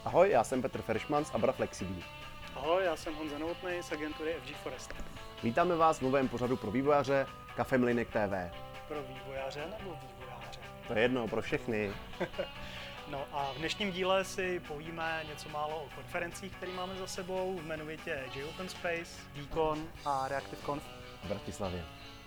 Ahoj, já jsem Petr Feršman z Abra Flexibí. Ahoj, já jsem Honza Novotný z agentury FG Forest. Vítáme vás v novém pořadu pro vývojáře Café Mlýnek TV. Pro vývojáře nebo vývojáře? To je jedno, pro všechny. No a v dnešním díle si povíme něco málo o konferencích, které máme za sebou, jmenovitě JOpen Space, Výkon a ReactiveConf V Bratislavě.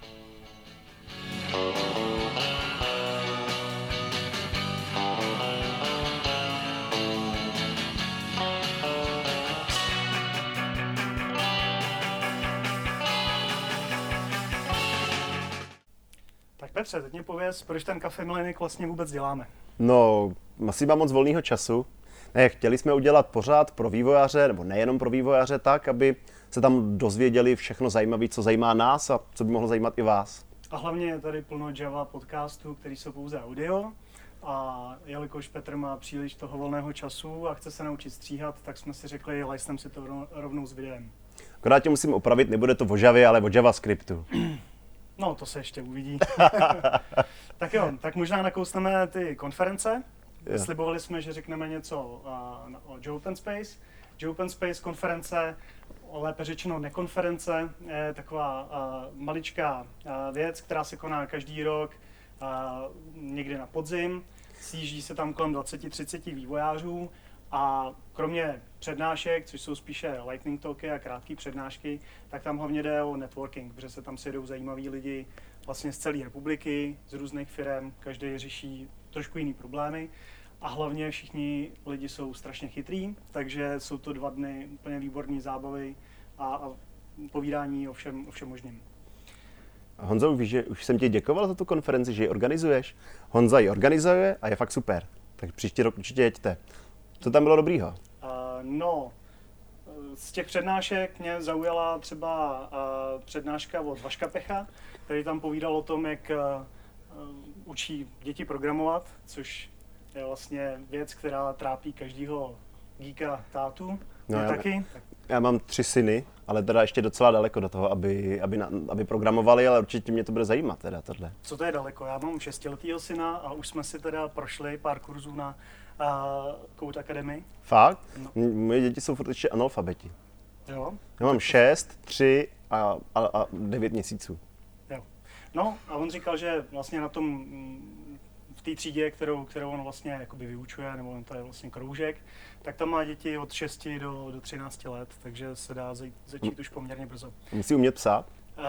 Tak Petře, teď mě pověz, proč ten Café Mlýnek vlastně vůbec děláme? No, asi mám moc volného času. Ne, chtěli jsme udělat pořád pro vývojáře, nebo nejenom pro vývojáře, tak, aby se tam dozvěděli všechno zajímavé, co zajímá nás a co by mohlo zajímat i vás. A hlavně je tady plno Java podcastů, který jsou pouze audio. A jelikož Petr má příliš toho volného času a chce se naučit stříhat, tak jsme si řekli, lajsnem si to rovnou s videem. Akorát tě musím opravit, nebude to o Javě, ale o JavaScriptu. No, to se ještě uvidí. Tak jo, tak možná nakousneme ty konference. Jo. Slibovali jsme, že řekneme něco o JOpen Space. JOpen Space konference, lépe řečeno nekonference, je taková maličká věc, která se koná každý rok někdy na podzim. Sjíždí se tam kolem 20-30 vývojářů a kromě přednášek, což jsou spíše lightning talky a krátké přednášky, tak tam hlavně jde o networking, protože se tam sjedou zajímaví lidi vlastně z celé republiky, z různých firm, každý řeší trošku jiný problémy a hlavně všichni lidi jsou strašně chytrý, takže jsou to 2 dny úplně výborné zábavy a povídání o všem možným. Honzo, víš, že už jsem ti děkoval za tu konferenci, že ji organizuješ. Honza ji organizuje a je fakt super. Tak příští rok určitě jeďte. Co tam bylo dobrýho? No, z těch přednášek mě zaujala třeba přednáška od Vaška Pecha, který tam povídal o tom, jak učí děti programovat, což je vlastně věc, která trápí každýho geeka tátu. No, taky. Já mám 3 syny, ale teda ještě docela daleko do toho, aby programovali, ale určitě mě to bude zajímat teda tohle. Co to je daleko? Já mám 6letýho syna a už jsme si teda prošli pár kurzů na Code Academy. Fakt? No. Moje děti jsou furt ještě analfabeti. Jo? Já mám 6, 3 a 9 měsíců. Jo. No a on říkal, že vlastně na tom v té třídě, kterou on vlastně jakoby vyučuje, nebo on to je vlastně kroužek, tak tam má děti od 6 do 13 let, takže se dá začít už poměrně brzo. Musí umět psát?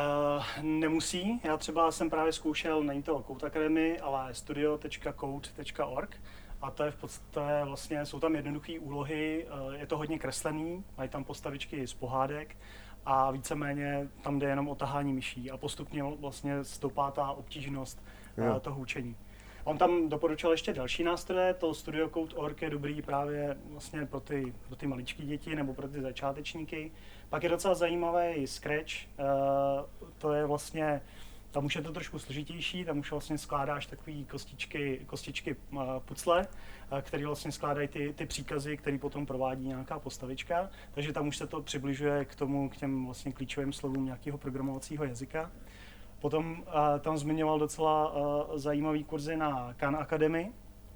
Nemusí, já třeba jsem právě zkoušel, není to Code Academy, ale studio.code.org a to je v podstatě vlastně, jsou tam jednoduché úlohy, je to hodně kreslený, mají tam postavičky z pohádek a víceméně tam jde jenom o tahání myší a postupně vlastně stoupá ta obtížnost toho učení. On tam doporučil ještě další nástroje, to studio.code.org je dobrý právě vlastně pro ty maličké děti nebo pro ty začátečníky. Pak je docela zajímavý Scratch, to je vlastně, tam už je to trošku složitější, tam už vlastně skládáš takový kostičky pucle, které vlastně skládají ty příkazy, které potom provádí nějaká postavička, takže tam už se to přibližuje k těm vlastně klíčovým slovům nějakého programovacího jazyka. Potom tam zmiňoval docela zajímavý kurzy na Khan Academy,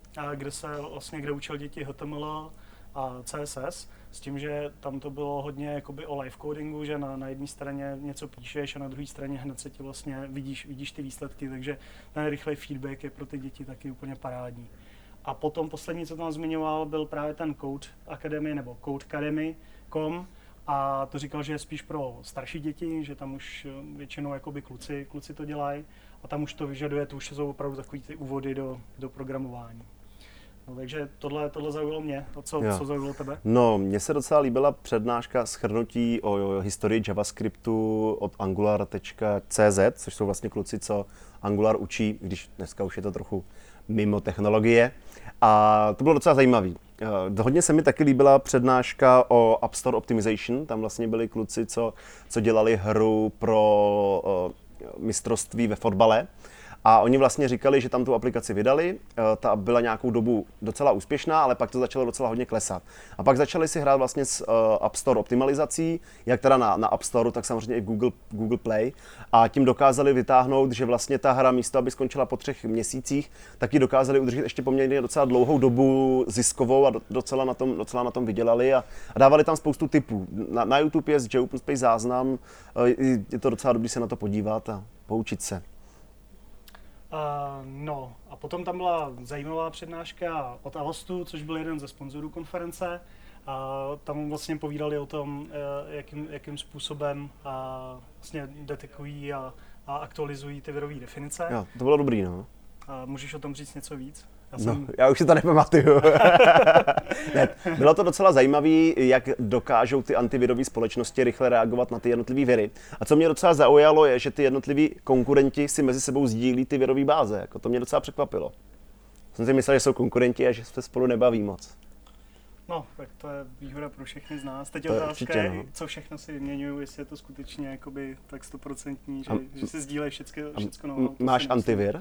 kde učil děti HTML a CSS, s tím, že tam to bylo hodně jakoby o live codingu, že na jedné straně něco píšeš a na druhé straně hned se ti vlastně vidíš ty výsledky, takže ten rychlej feedback je pro ty děti taky úplně parádní. A potom poslední, co tam zmiňoval, byl právě ten Code Academy nebo Codecademy.com, a to říkal, že je spíš pro starší děti, že tam už většinou jakoby kluci to dělají a tam už to vyžaduje, to už jsou opravdu takový ty úvody do programování. No, takže tohle zaujalo mě. A co zaujalo tebe? No, mně se docela líbila přednáška shrnutí o historii JavaScriptu od angular.cz, což jsou vlastně kluci, co Angular učí, když dneska už je to trochu mimo technologie. A to bylo docela zajímavý. Hodně se mi taky líbila přednáška o App Store Optimization. Tam vlastně byli kluci, co dělali hru pro mistrovství ve fotbale. A oni vlastně říkali, že tam tu aplikaci vydali, ta byla nějakou dobu docela úspěšná, ale pak to začalo docela hodně klesat. A pak začali si hrát vlastně s App Store optimalizací, jak teda na App Store, tak samozřejmě i v Google Play. A tím dokázali vytáhnout, že vlastně ta hra místo, aby skončila po 3 měsících, tak ji dokázali udržet ještě poměrně docela dlouhou dobu ziskovou a docela na tom vydělali a dávali tam spoustu tipů. Na YouTube je z OpenSpace záznam, je to docela dobrý se na to podívat a poučit se. No a potom tam byla zajímavá přednáška od Avastu, což byl jeden ze sponzorů konference. Tam vlastně povídali o tom, jakým způsobem vlastně detekují a aktualizují ty virové definice. Jo, to bylo dobrý, no. Můžeš o tom říct něco víc? Já už si to nepamatuju. Ne, bylo to docela zajímavé, jak dokážou ty antivirové společnosti rychle reagovat na ty jednotlivé viry. A co mě docela zaujalo, je, že ty jednotliví konkurenti si mezi sebou sdílí ty virové báze. Jako to mě docela překvapilo. Jsem si myslel, že jsou konkurenti a že se spolu nebaví moc. No, tak to je výhoda pro všechny z nás. Teď je otázka, no. Co všechno si vyměňují, jestli je to skutečně jakoby tak 100%, že si sdílejí všechno novou. Máš antivir?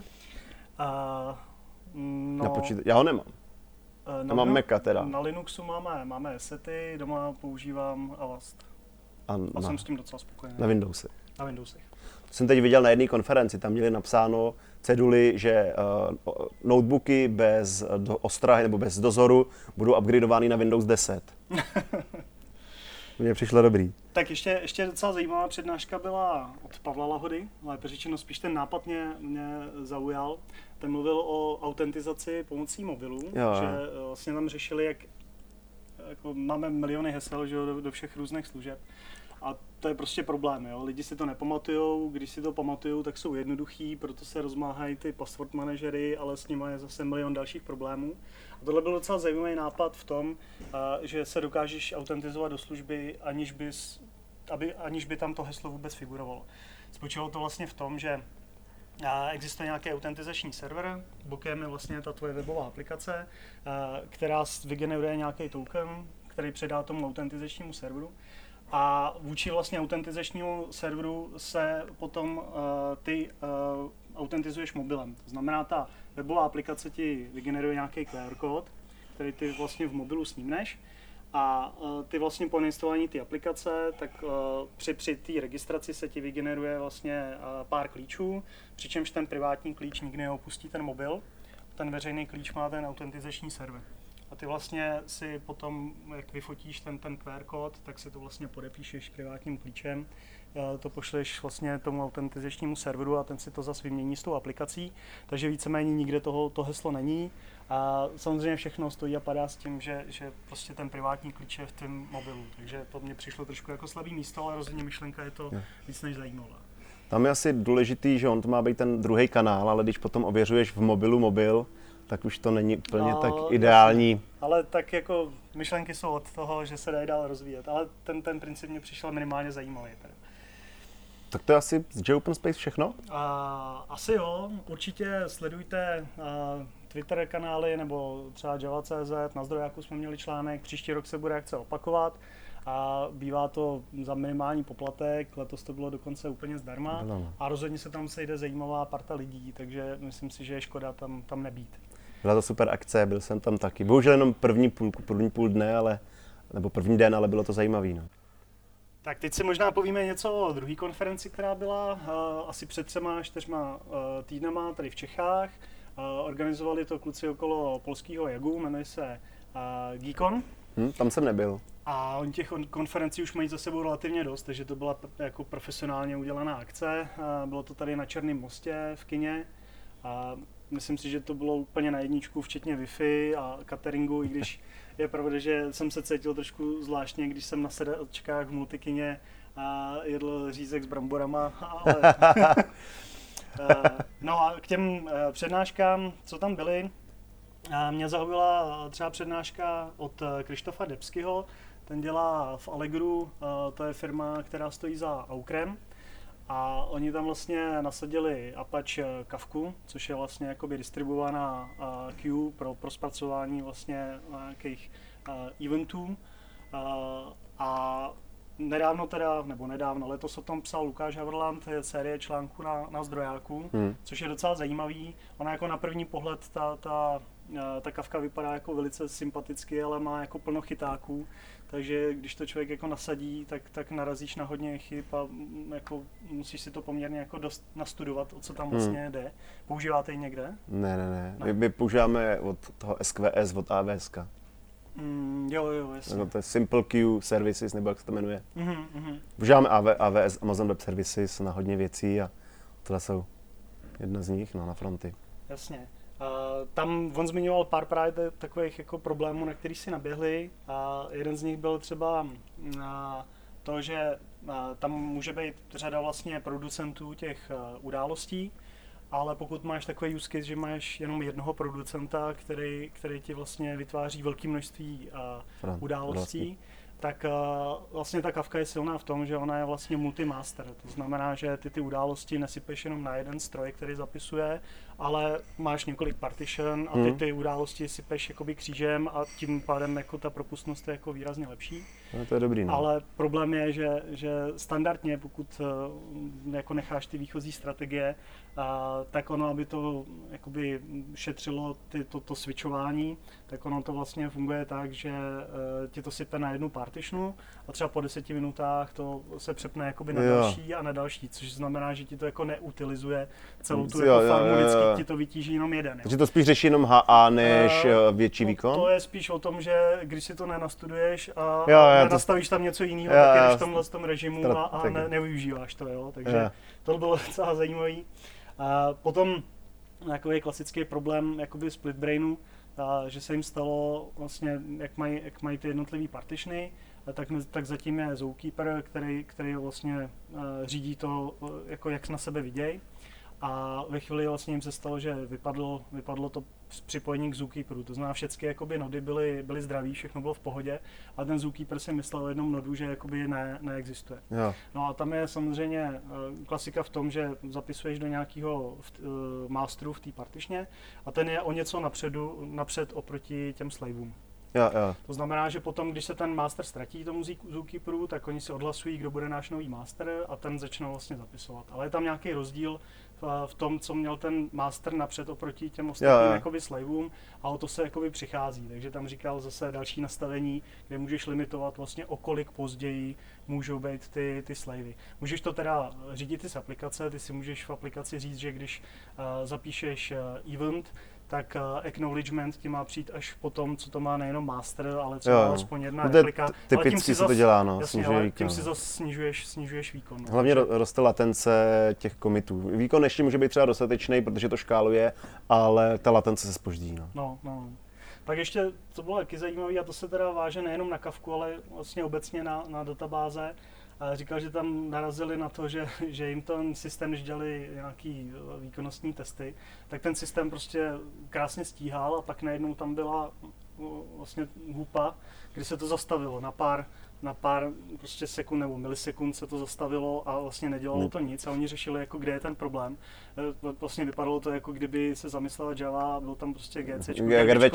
No, já ho nemám. Já mám Maca teda. Na Linuxu máme Asety, doma používám Avast. A jsem s tím docela spokojený. Na Windowsy. Na Windowsy. Jsem teď viděl na jedné konferenci, tam měli napsáno ceduly, že notebooky bez ostrahy nebo bez dozoru budou upgradeovány na Windows 10. Mně přišlo dobrý. Tak ještě docela zajímavá přednáška byla od Pavla Lahody, lépe řečeno spíš ten nápad mě zaujal. Ten mluvil o autentizaci pomocí mobilů, že vlastně tam řešili, jak jako máme miliony hesel, že do všech různých služeb. A to je prostě problém, jo. Lidi si to nepamatujou, když si to pamatujou, tak jsou jednoduchý, proto se rozmáhají ty password manažery, ale s nimi je zase milion dalších problémů. A tohle byl docela zajímavý nápad v tom, že se dokážeš autentizovat do služby, aniž by tam to heslo vůbec figurovalo. Spočívalo to vlastně v tom, že existuje nějaký autentizační server, bokem je vlastně ta tvoje webová aplikace, která vygeneruje nějaký token, který předá tomu autentizačnímu serveru. A vůči vlastně autentizačnímu serveru se potom ty autentizuješ mobilem. To znamená, ta webová aplikace ti vygeneruje nějaký QR kód, který ty vlastně v mobilu snímneš. A ty vlastně po instalování té aplikace, tak při té registraci se ti vygeneruje vlastně pár klíčů, přičemž ten privátní klíč nikdy neopustí ten mobil. Ten veřejný klíč má ten autentizační server. A ty vlastně si potom, jak vyfotíš ten QR kód, tak si to vlastně podepíšeš privátním klíčem, to pošleš vlastně tomu autentizačnímu serveru a ten si to zase vymění s tou aplikací, takže víceméně nikde to heslo není. A samozřejmě všechno stojí a padá s tím, že prostě ten privátní klíč je v tom mobilu, takže to mně přišlo trošku jako slabý místo, ale rozhodně myšlenka je to víc než zajímavá. Tam je asi důležitý, že on to má být ten druhý kanál, ale když potom ověřuješ v mobil, tak už to není úplně tak ideální. Jasně. Ale tak jako myšlenky jsou od toho, že se dají dál rozvíjet, ale ten princip mě přišel minimálně zajímavý. Tady. Tak to je asi z OpenSpace všechno? Asi jo, určitě sledujte Twitter kanály nebo třeba Java.cz, na Zdrojáku jsme měli článek, příští rok se bude akce opakovat a bývá to za minimální poplatek, letos to bylo dokonce úplně zdarma a rozhodně se tam sejde zajímavá parta lidí, takže myslím si, že je škoda tam nebýt. Byla to super akce, byl jsem tam taky. Bohužel jenom první půl dne, nebo první den, ale bylo to zajímavý. No. Tak teď si možná povíme něco o druhé konferenci, která byla asi před 3-4 týdnama tady v Čechách. Organizovali to kluci okolo polského Jagu, jmenuje se Geekon. Tam jsem nebyl. A oni těch konferencí už mají za sebou relativně dost, takže to byla jako profesionálně udělaná akce. Bylo to tady na Černém mostě v kině. Myslím si, že to bylo úplně na jedničku, včetně Wi-Fi a cateringu, i když je pravda, že jsem se cítil trošku zvláštně, když jsem na sedačkách v multikině a jedl řízek s bramborama. Ale no a k těm přednáškám, co tam byly, mě zaujala třeba přednáška od Krištofa Debskyho, ten dělá v Allegru, to je firma, která stojí za Aukrem. A oni tam vlastně nasadili Apache Kafku, což je vlastně jakoby distribuovaná queue pro zpracování vlastně nějakých eventů. A nedávno, letos o tom psal Lukáš Havrland, je série článků na Zdrojáku, což je docela zajímavý. Ona jako na první pohled ta Kafka vypadá jako velice sympaticky, ale má jako plno chytáků, takže když to člověk jako nasadí, tak narazíš na hodně chyb a jako musíš si to poměrně jako dost nastudovat, o co tam vlastně jde. Používáte ji někde? Ne. My používáme od toho SQS, od AWS. Jo, jasně. No, to je Simple Queue Services, nebo jak se to jmenuje. Mm-hmm. Používáme AWS, Amazon Web Services na hodně věcí a tohle jsou jedna z nich, no, na fronty. Jasně. Tam on zmiňoval pár právě takových jako problémů, na který si naběhli, a jeden z nich byl třeba to, že tam může být řada vlastně producentů těch událostí, ale pokud máš takový use case, že máš jenom jednoho producenta, který ti vlastně vytváří velké množství událostí, tak vlastně ta Kafka je silná v tom, že ona je vlastně multimaster. To znamená, že ty události nesypeš jenom na jeden stroj, který zapisuje, ale máš několik partition a ty události sypeš jakoby křížem a tím pádem jako ta propustnost je jako výrazně lepší. No, to je dobrý, no. Ale problém je, že standardně, pokud jako necháš ty výchozí strategie, tak ono, aby to jakoby šetřilo to switchování, tak ono to vlastně funguje tak, že ti to sype na jednu partitionu a třeba po 10 minutách to se přepne jakoby na další a na další, což znamená, že ti to jako neutilizuje celou tu jako farmu, vždycky ti to vytíží jenom jeden. Takže to spíš řeší jenom HA než větší výkon? To je spíš o tom, že když si to nenastuduješ a nenastavíš tam něco jiného, tak jdeš v tomhle režimu a nevyužíváš to, jo. Takže to bylo docela zajímavý. A potom takový klasický problém jakoby split brainu, že se jim stalo vlastně, jak mají ty jednotlivé partitiony, tak zatím je Zookeeper, který vlastně řídí to, jako jak na sebe vidějí. A ve chvíli vlastně jim se stalo, že vypadlo to připojení k Zookeeperu. To znamená, všechny jakoby nody byly zdraví, všechno bylo v pohodě a ten Zookeeper si myslel o jednom nodu, že jakoby neexistuje. Jo. No a tam je samozřejmě klasika v tom, že zapisuješ do nějakého masteru v té partičně a ten je o něco napřed oproti těm slaveům. Jo. To znamená, že potom, když se ten master ztratí tomu Zookeeperu, tak oni si odhlasují, kdo bude náš nový master a ten začne vlastně zapisovat. Ale je tam nějaký rozdíl v tom, co měl ten master napřed oproti těm ostatním jakoby slaveům a o to se jakoby přichází. Takže tam říkal zase další nastavení, kde můžeš limitovat vlastně o kolik později můžou být ty slavy. Můžeš to teda řídit i z aplikace, ty si můžeš v aplikaci říct, že když zapíšeš event, tak acknowledgement ti má přijít až po tom, co to má nejenom master, ale třeba alespoň jedna replika. Typicky se to dělá, no. Jasně, ale tím si zase snižuješ výkon. No. Hlavně roste latence těch commitů. Výkon ještě může být třeba dostatečný, protože to škáluje, ale ta latence se zpoždí. No. Pak ještě, to bylo taky zajímavé, a to se teda váže nejenom na Kafku, ale vlastně obecně na databáze. A říkal, že tam narazili na to, že jim ten systém, když dělali nějaký výkonnostní testy, tak ten systém prostě krásně stíhal a pak najednou tam byla vlastně hupa, kdy se to zastavilo na pár prostě sekund nebo milisekund se to zastavilo a vlastně nedělalo to nic a oni řešili, jako kde je ten problém. Vlastně vypadalo to, jako kdyby se zamyslela Java a byl tam prostě GCčko,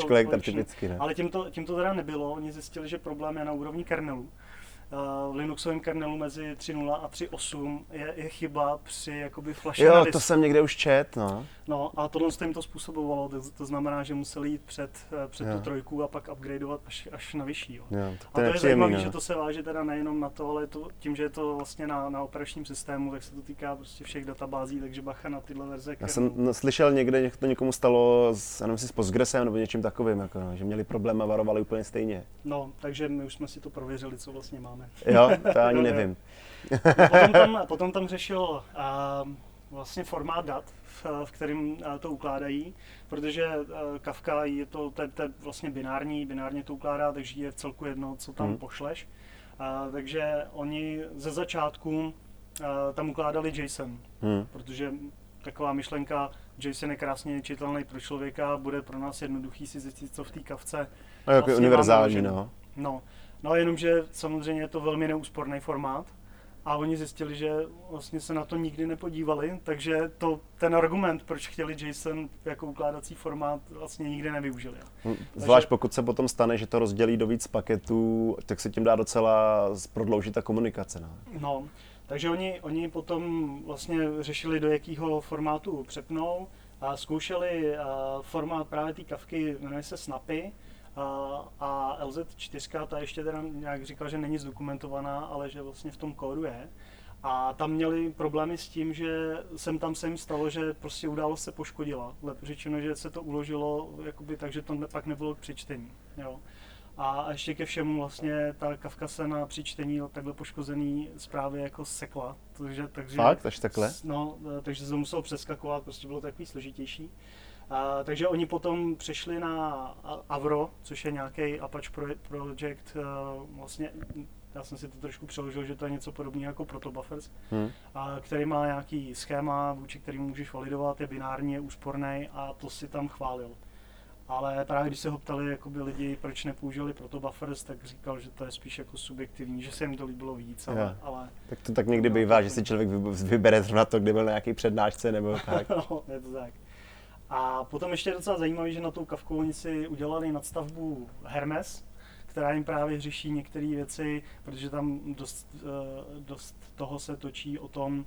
ale tím to teda nebylo, oni zjistili, že problém je na úrovni kernelu. V Linuxovém kernelu mezi 3.0 a 3.8 je chyba při jakoby flashe na disk. To jsem někde už čet, no. No a tohle jim to způsobovalo, to znamená, že museli jít před tu trojku a pak upgradeovat až na vyšší. Jo. A to je zajímavé, že to se váže teda nejenom na to, ale tím, že je to vlastně na operačním systému, tak se to týká prostě všech databází, takže bacha na tyhle verze kernelu. Já jsem slyšel někde, že to někomu stalo s Postgresem nebo něčím takovým, jako, že měli problém a varovali úplně stejně. No, takže my už jsme si to prověřili, co vlastně máme. Jo, to ani nevím. Potom tam řešil vlastně formát dat, v kterým to ukládají, protože Kafka je to vlastně binárně to ukládá, takže je v celku jedno, co tam pošleš. Takže oni ze začátku tam ukládali JSON, protože taková myšlenka, JSON je krásně čitelný pro člověka, bude pro nás jednoduchý si zjistit, co v té Kafce. No, jako univerzální, no. No, jenomže samozřejmě je to velmi neúsporný formát a oni zjistili, že vlastně se na to nikdy nepodívali, takže ten argument, proč chtěli JSON jako ukládací formát, vlastně nikdy nevyužili. Zvlášť pokud se potom stane, že to rozdělí do víc paketů, tak se tím dá docela prodloužit ta komunikace. No, takže oni potom vlastně řešili, do jakého formátu přepnou a zkoušeli formát právě té Kafky, jmenuje se Snappy, a LZ4, ta ještě teda nějak říkala, že není zdokumentovaná, ale že vlastně v tom kódu je. A tam měli problémy s tím, že se jim stalo, že prostě událost se poškodila. Lépe řečeno, že se to uložilo jakoby tak, že to pak nebylo k přečtení. Jo. A ještě ke všemu vlastně ta Kafka se na přečtení takhle poškozený zprávy jako sekla. Takže, fakt? Až takhle? No, takže se to muselo přeskakovat, prostě bylo to takový složitější. Takže oni potom přešli na Avro, což je nějaký Apache Project, vlastně, já jsem si to trošku přeložil, že to je něco podobného jako Protobuffers, který má nějaký schéma, vůči kterým můžeš validovat, je binární, je úsporný a to si tam chválil. Ale právě když se ho ptali jakoby lidi, proč nepoužili Protobuffers, tak říkal, že to je spíš jako subjektivní, že se jim to líbilo víc, ale tak to tak někdy bývá, že si člověk vybere zrovna to, kde byl na nějaký přednášce nebo tak. No, je to tak. A potom ještě docela zajímavé, že na tou Kafkou oni si udělali nadstavbu Hermes, která jim právě řeší některé věci, protože tam dost toho se točí o tom,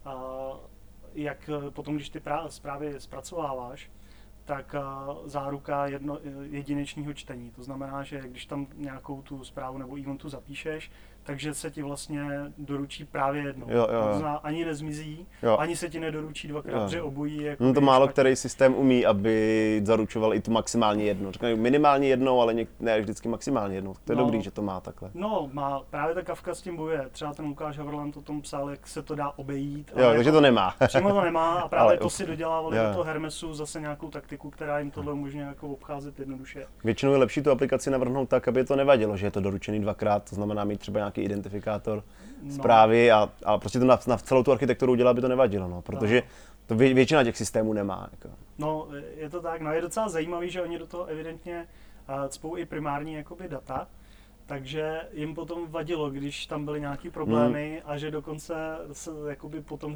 jak potom, když ty zprávy zpracováváš, tak záruka jedinečného čtení. To znamená, že když tam nějakou tu zprávu nebo eventu zapíšeš, takže se ti vlastně doručí právě jednou. To znamená, ani nezmizí, ani se ti nedoručí dvakrát, protože obojí jako no to málo který systém umí, aby zaručoval i tu maximální jednu. Řekne minimálně jednou, ale ne vždycky maximálně jednou. To je dobrý, že to má takhle. No, má právě ta Kafka s tím bojuje. Třeba ten Lukáš Havrland o tom psal, jak se to dá obejít. Jo, takže to nemá. Přímo to nemá a právě to si dodělávali do toho Hermesu zase nějakou taktiku, která jim tohle umožňuje jako obcházet jednoduše. Většinou je lepší tu aplikaci navrhnout tak, aby to nevadilo, že je to doručený dvakrát, to znamená mít třeba nějaký identifikátor zprávy a prostě to na celou tu architekturu udělat, aby to nevadilo, no, protože to většina těch systémů nemá. Jako. No, je to tak, no je docela zajímavý, že oni do toho evidentně cpou i primární jakoby data, takže jim potom vadilo, když tam byly nějaký problémy a že dokonce se jakoby potom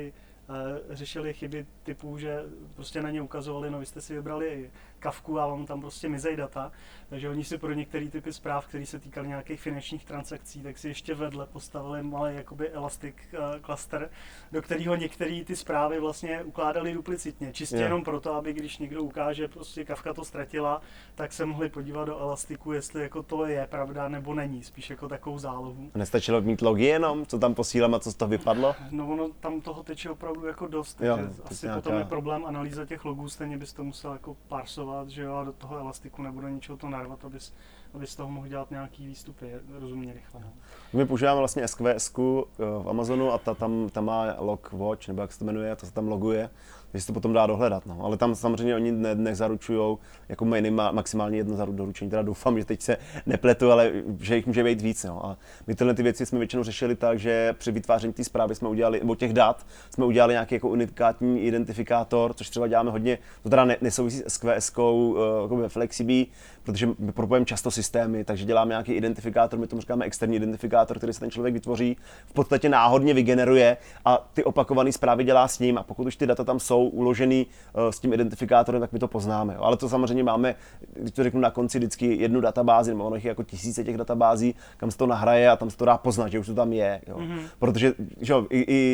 řešili chyby typu, že prostě na ně ukazovali, no vy jste si vybrali Kafku a vám tam prostě mizej data, takže oni si pro některé typy zpráv, které se týkaly nějakých finančních transakcí, tak si ještě vedle postavili malý jakoby Elastic cluster, do kterého některé ty zprávy vlastně ukládali duplicitně, čistě jenom proto, aby když někdo ukáže, prostě Kafka to ztratila, tak se mohli podívat do Elastiku, jestli jako to je pravda nebo není, spíš jako takovou zálohu. Nestačilo mít logy jenom, co tam posílám a co z toho vypadlo? No ono tam toho teče opravdu jako dost, takže asi potom je problém analýza těch logů, stejně bys to musel jako parsovat, že jo, a do toho Elastiku nebude ničeho to narvat, abys z toho mohl dělat nějaký výstupy rozumně rychle. No. My používáme vlastně SQS v Amazonu a tam má log watch, nebo jak se to jmenuje, to se tam loguje, takže se to potom dá dohledat. No. Ale tam samozřejmě oni nezaručují jako maximálně jedno doručení, teda doufám, že teď se nepletu, ale že jich může být víc. No. A my tyhle ty věci jsme většinou řešili tak, že při vytváření té zprávy jsme udělali, nebo těch dat, jsme udělali nějaký jako unikátní identifikátor, což třeba děláme hodně, to teda nesouvisí s SQSkou jako ve Flexibí, protože my propojíme často systémy, takže děláme nějaký identifikátor, my tomu říkáme externí identifikátor, který se ten člověk vytvoří, v podstatě náhodně vygeneruje a ty opakované zprávy dělá s ním a pokud už ty data tam jsou uložený s tím identifikátorem, tak my to poznáme. Jo. Ale to samozřejmě máme, když to řeknu na konci, vždycky jednu databázi, nebo ono je jako tisíce těch databází, kam se to nahraje a tam se to dá poznat, že už to tam je. Jo. Protože že jo,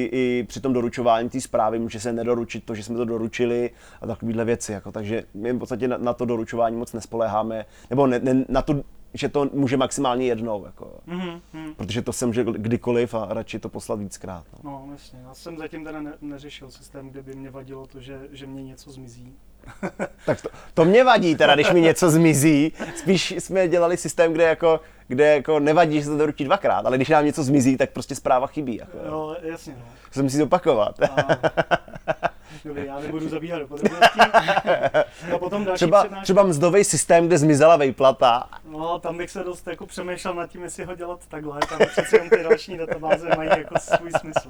i při tom doručování té zprávy může se nedoručit to, že jsme to doručili a takovéhle věci. Jako. Takže my v podstatě na to doručování moc nespoléháme, nebo na to, že to může maximálně jednou, jako, protože to se může kdykoliv a radši to poslat víckrát. No jasně, já jsem zatím teda neřešil systém, kde by mě vadilo to, že mě něco zmizí. Tak to mě vadí teda, když mi něco zmizí, spíš jsme dělali systém, kde jako nevadí, že se to doručí dvakrát, ale když nám něco zmizí, tak prostě zpráva chybí. Jako. Jo, jasně. No. Se musí zopakovat. Dobrý, já nebudu zabíhat do podrobností. A potom další třeba mzdový systém, kde zmizela vejplata. No, tam bych se dost jako přemýšlel nad tím, jestli ho dělat takhle. Tam přece jen ty další databáze mají jako svůj smysl.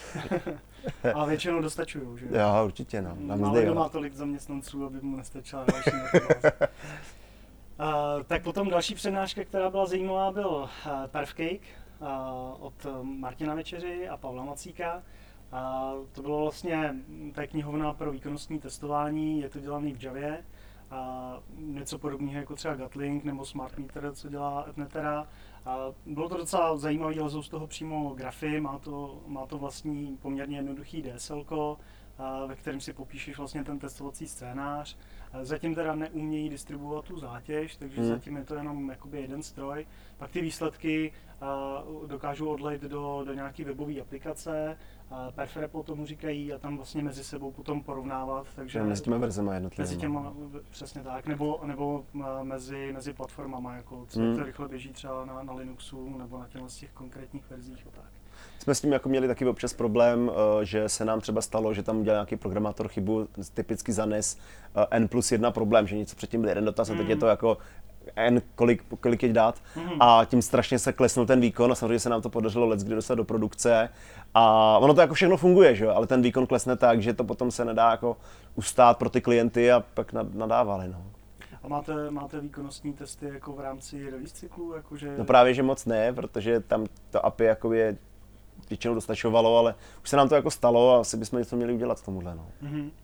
A většinou dostačují, že? Jo, určitě, no. Málo kdo má tolik zaměstnanců, aby mu nestačila další databáze. Tak potom další přednáška, která byla zajímavá, byl Perfcake, od Martina Večeři a Pavla Macíka. To bylo vlastně ta knihovna pro výkonnostní testování, je to dělaný v Javě. Něco podobného jako třeba Gatling nebo Smart Meter, co dělá Etnetera. Bylo to docela zajímavé, lezou z toho přímo grafy, má to vlastní poměrně jednoduchý DSL, ve kterém si popíšeš vlastně ten testovací scénář. Zatím teda neumějí distribuovat tu zátěž, takže zatím je to jenom jakoby jeden stroj. Pak ty výsledky dokážou odlejt do nějaké webové aplikace, Perfrepo tomu říkají, a tam vlastně mezi sebou potom porovnávat. Takže mezi těma verzema jednotlivými. Mezi těma, přesně tak, nebo mezi platformama, jako co to rychle běží třeba na Linuxu nebo na těchto z těch konkrétních verzích a tak. Jsme s tím jako měli taky občas problém, že se nám třeba stalo, že tam udělal nějaký programátor chybu, typicky zanes N+1 problém, že něco předtím byl jeden dotaz a teď je to jako N, kolik je dát a tím strašně se klesnul ten výkon a samozřejmě se nám to podařilo leckdy dostat do produkce a ono to jako všechno funguje, že jo, ale ten výkon klesne tak, že to potom se nedá jako ustát pro ty klienty a pak nadávali, no. A máte výkonnostní testy jako v rámci release cyklu? Jakože... No právě, že moc ne, protože tam to API jako je většinou dostačovalo, ale už se nám to jako stalo a asi bychom něco měli udělat k tomuhle, no.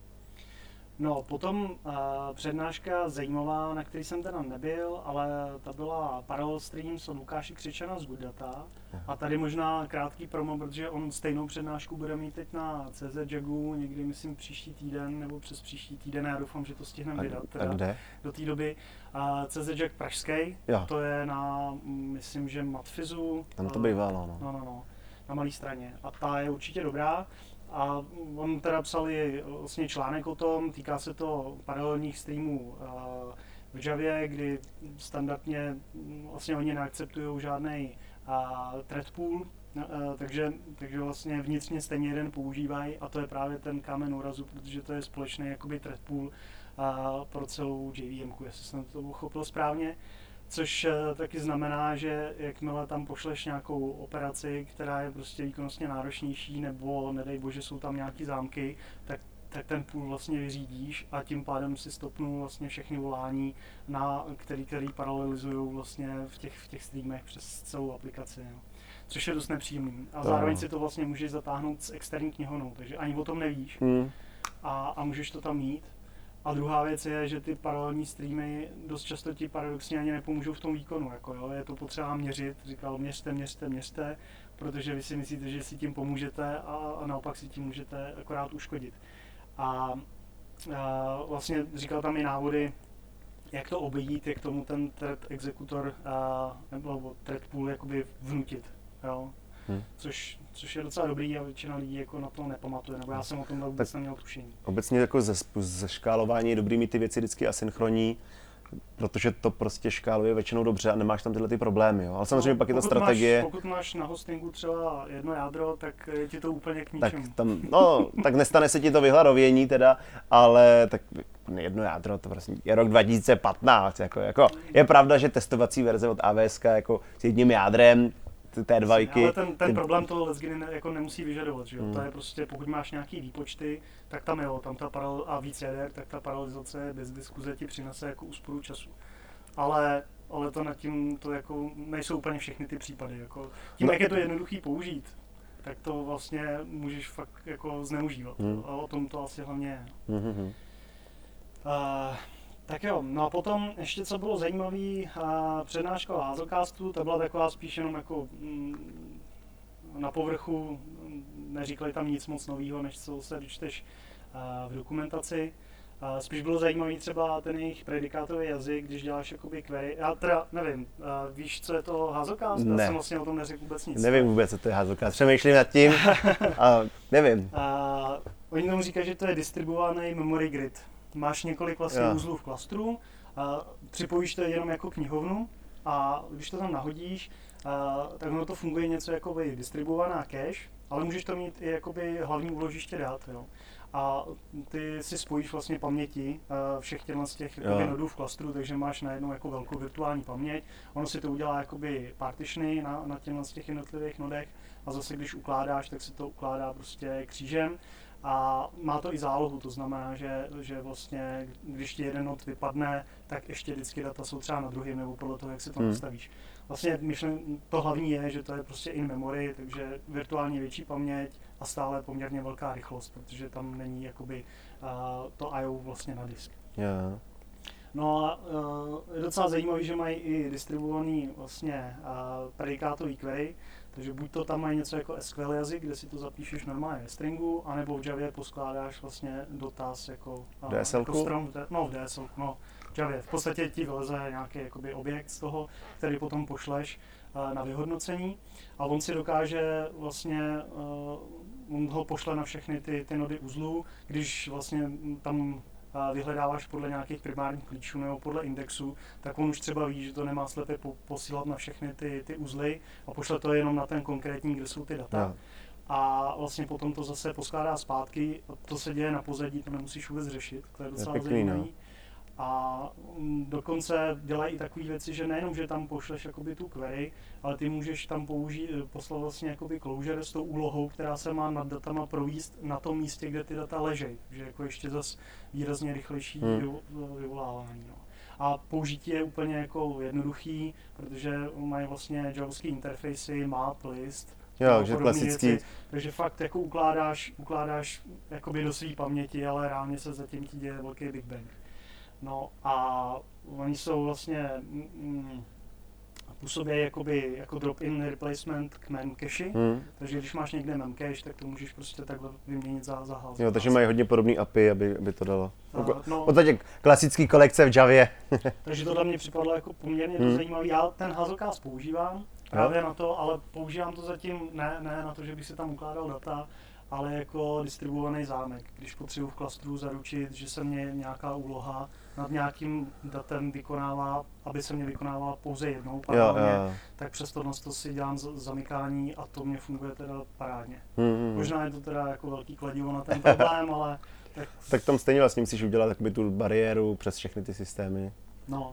No, potom přednáška zajímavá, na který jsem teda nebyl, ale ta byla Parallel Streams od Lukáše Křičana z Good Data. A tady možná krátký promo, protože on stejnou přednášku bude mít teď na CZ Jagu, někdy myslím příští týden nebo přes příští týden, já doufám, že to stihneme vydat teda do té doby. CZ Jag pražský, to je na, myslím, že Matfizu. Tam to bývalo, no. No, na Malé Straně. A ta je určitě dobrá. A on teda psali vlastně článek o tom, týká se to paralelních streamů v Javě, kdy standardně vlastně oni neakceptují žádný thread pool, takže vlastně vnitřně stejně jeden používají a to je právě ten kámen úrazu, protože to je společný jakoby thread pool pro celou JVM, jestli jsem to uchopil správně. Což taky znamená, že jakmile tam pošleš nějakou operaci, která je prostě výkonnostně náročnější, nebo nedej bože jsou tam nějaký zámky, tak ten pool vlastně vyřídíš a tím pádem si stopnul vlastně všechny volání, který paralelizují vlastně v těch streamech přes celou aplikaci. No. Což je dost nepříjemný. A zároveň si to vlastně můžeš zatáhnout s externí knihovnou, takže ani o tom nevíš a můžeš to tam mít. A druhá věc je, že ty paralelní streamy dost často ti paradoxně ani nepomůžou v tom výkonu. Jako jo, je to potřeba měřit, říkal měřte, protože vy si myslíte, že si tím pomůžete a naopak si tím můžete akorát uškodit. A vlastně říkal tam i návody, jak to obejít, jak tomu ten thread exekutor nebo thread pool jakoby vnutit. Jo? Což je docela dobrý a většina lidí jako na to nepamatuje, nebo já jsem o tom vůbec neměl tušení. Obecně jako ze škálování je dobrý mít ty věci vždycky asynchronní, protože to prostě škáluje většinou dobře a nemáš tam tyhle ty problémy, jo. Ale samozřejmě pak je ta strategie. Pokud máš na hostingu třeba jedno jádro, tak je ti to úplně k ničemu. Tak nestane se ti to vyhladovění teda, ale tak jedno jádro, to prostě je rok 2015, jako je pravda, že testovací verze od AWS jako s jedním jádrem, T2. Ale ten problém toho leckdy jako nemusí vyžadovat, že jo? To je prostě, pokud máš nějaký výpočty, tak tam jo, tam ta a víc jader, tak ta paralelizace bez diskuze ti přinese jako úsporu času. Ale to nad tím to jako nejsou úplně všechny ty případy, jako tím, jak je to jednoduchý použít, tak to vlastně můžeš fakt jako zneužívat. A o tom to asi hlavně je. Tak jo, no a potom ještě co bylo zajímavé, přednáška o Hazelcastu, ta byla taková spíš jenom jako na povrchu, neříkali tam nic moc nového, než co se dočteš v dokumentaci. Spíš bylo zajímavý třeba ten jejich predikátový jazyk, když děláš jakoby query. Já teda nevím, víš, co je to Hazelcast? Ne. Já jsem vlastně o tom neřekl vůbec nic. Nevím vůbec, co to je Hazelcast. Přemýšlím nad tím a nevím. Oni tomu říkají, že to je distribuovaný memory grid. Máš několik vlastně uzlů v klastru, připojíš to jenom jako knihovnu a když to tam nahodíš, tak ono to funguje něco jako distribuovaná cache, ale můžeš to mít i jakoby hlavní úložiště dat. Jo. A ty si spojíš vlastně paměti všech těch nodů v klastru, takže máš najednou jako velkou virtuální paměť. Ono si to udělá jakoby partitiony na těch jednotlivých nodech a zase když ukládáš, tak se to ukládá prostě křížem. a má to i zálohu, to znamená, že vlastně, když ti jeden node vypadne, tak ještě vždycky data jsou třeba na druhém, nebo podle toho, jak si to nastavíš. Vlastně to hlavní je, že to je prostě in memory, takže virtuálně větší paměť a stále poměrně velká rychlost, protože tam není jakoby to I/O vlastně na disk. Yeah. No a je docela zajímavý, že mají i distribuovaný vlastně predikátový query, takže buď to tam mají něco jako SQL jazyk, kde si to zapíšeš normálně ve stringu, anebo v Javě poskládáš vlastně dotaz jako strom, v DSL, v Javě. V podstatě ti vyleze nějaký jakoby objekt z toho, který potom pošleš na vyhodnocení a on si dokáže vlastně, on ho pošle na všechny ty nody uzlů, když vlastně tam vyhledáváš podle nějakých primárních klíčů nebo podle indexu, tak on už třeba ví, že to nemá slepě posílat na všechny ty uzly a pošle to jenom na ten konkrétní, kde jsou ty data. No. A vlastně potom to zase poskládá zpátky, to se děje na pozadí, to nemusíš vůbec řešit, to je docela zajímavý. A dokonce dělají i takové věci, že nejenom, že tam pošleš jakoby tu query, ale ty můžeš tam poslat vlastně jakoby closure s tou úlohou, která se má nad datama províst na tom místě, kde ty data ležejí. Takže jako ještě zase výrazně rychlejší vyvolávání. No. A použití je úplně jako jednoduchý, protože mají vlastně javovský interfejsy, map, list, že klasický. Věci, takže fakt jako ukládáš jakoby do své paměti, ale reálně se zatím ti děje velký Big Bang. No a oni jsou vlastně působí jakoby jako drop-in replacement k memcache, takže když máš někde memcache, tak to můžeš prostě takhle vyměnit za HAL. Jo, takže mají hodně podobný API, aby to dalo. V podstatě klasický kolekce v Javě. Takže to dla mě připadlo jako poměrně dost zajímavý. Já ten Hazelcast používám právě na to, ale používám to zatím ne na to, že bych si tam ukládal data, ale jako distribuovaný zámek. Když potřebuji v klastru zaručit, že se mě nějaká úloha nad nějakým datem vykonává, aby se mě vykonávala pouze jednou paralelně, tak přes to si dělám zamykání a to mě funguje teda parádně. Možná je to teda jako velký kladivo na ten problém, ale... Tak tam stejně vlastně musíš udělat takovou tu bariéru přes všechny ty systémy. No,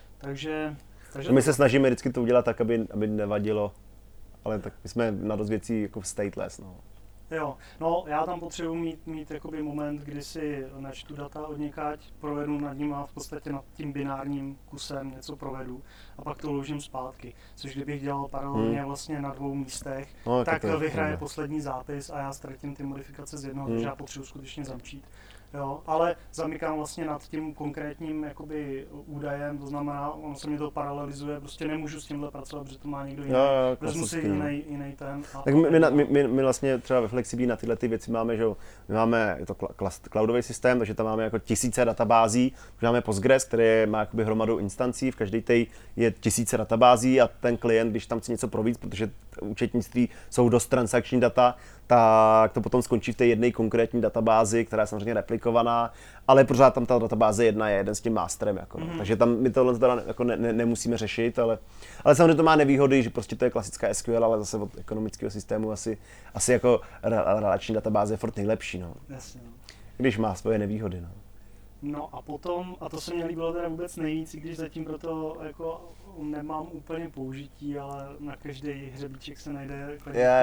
takže my se snažíme vždycky to udělat tak, aby nevadilo, ale tak my jsme na dost věcí jako stateless, no. Jo, no já tam potřebuji mít jakoby moment, kdy si načtu data od někať, provedu nad ním a v podstatě nad tím binárním kusem něco provedu a pak to uložím zpátky. Což kdybych dělal paralelně vlastně na dvou místech, tak vyhraje poslední zápis a já ztratím ty modifikace z jednoho, takže já potřebuji skutečně zamčít. Jo, ale zamykám vlastně nad tím konkrétním jakoby údajem, to znamená, ono se mi to paralelizuje, prostě nemůžu s tímhle pracovat, protože to má někdo jiný. Vezmu si jiný ten. Tak my vlastně třeba ve Flexibí na tyhle ty věci máme, že my máme to cloudový systém, takže tam máme jako tisíce databází, máme Postgres, který má jakoby hromadu instancí, v každé té je tisíce databází a ten klient, když tam chce něco províc, protože účetnictví jsou dost transakční data, tak to potom skončí v té jedné konkrétní databázi, která je samozřejmě replikovaná, ale pořád tam ta databáze jedna je jeden s tím masterem. Jako, no. Takže tam my tohle teda jako nemusíme řešit, ale samozřejmě to má nevýhody, že prostě to je klasická SQL, ale zase od ekonomického systému asi jako relační databáze je furt nejlepší. No. Jasně, no. Když má svoje nevýhody. No. No a potom, a to se mi líbilo teda vůbec nejvíc, i když zatím proto jako nemám úplně použití, ale na každý hřebíček se najde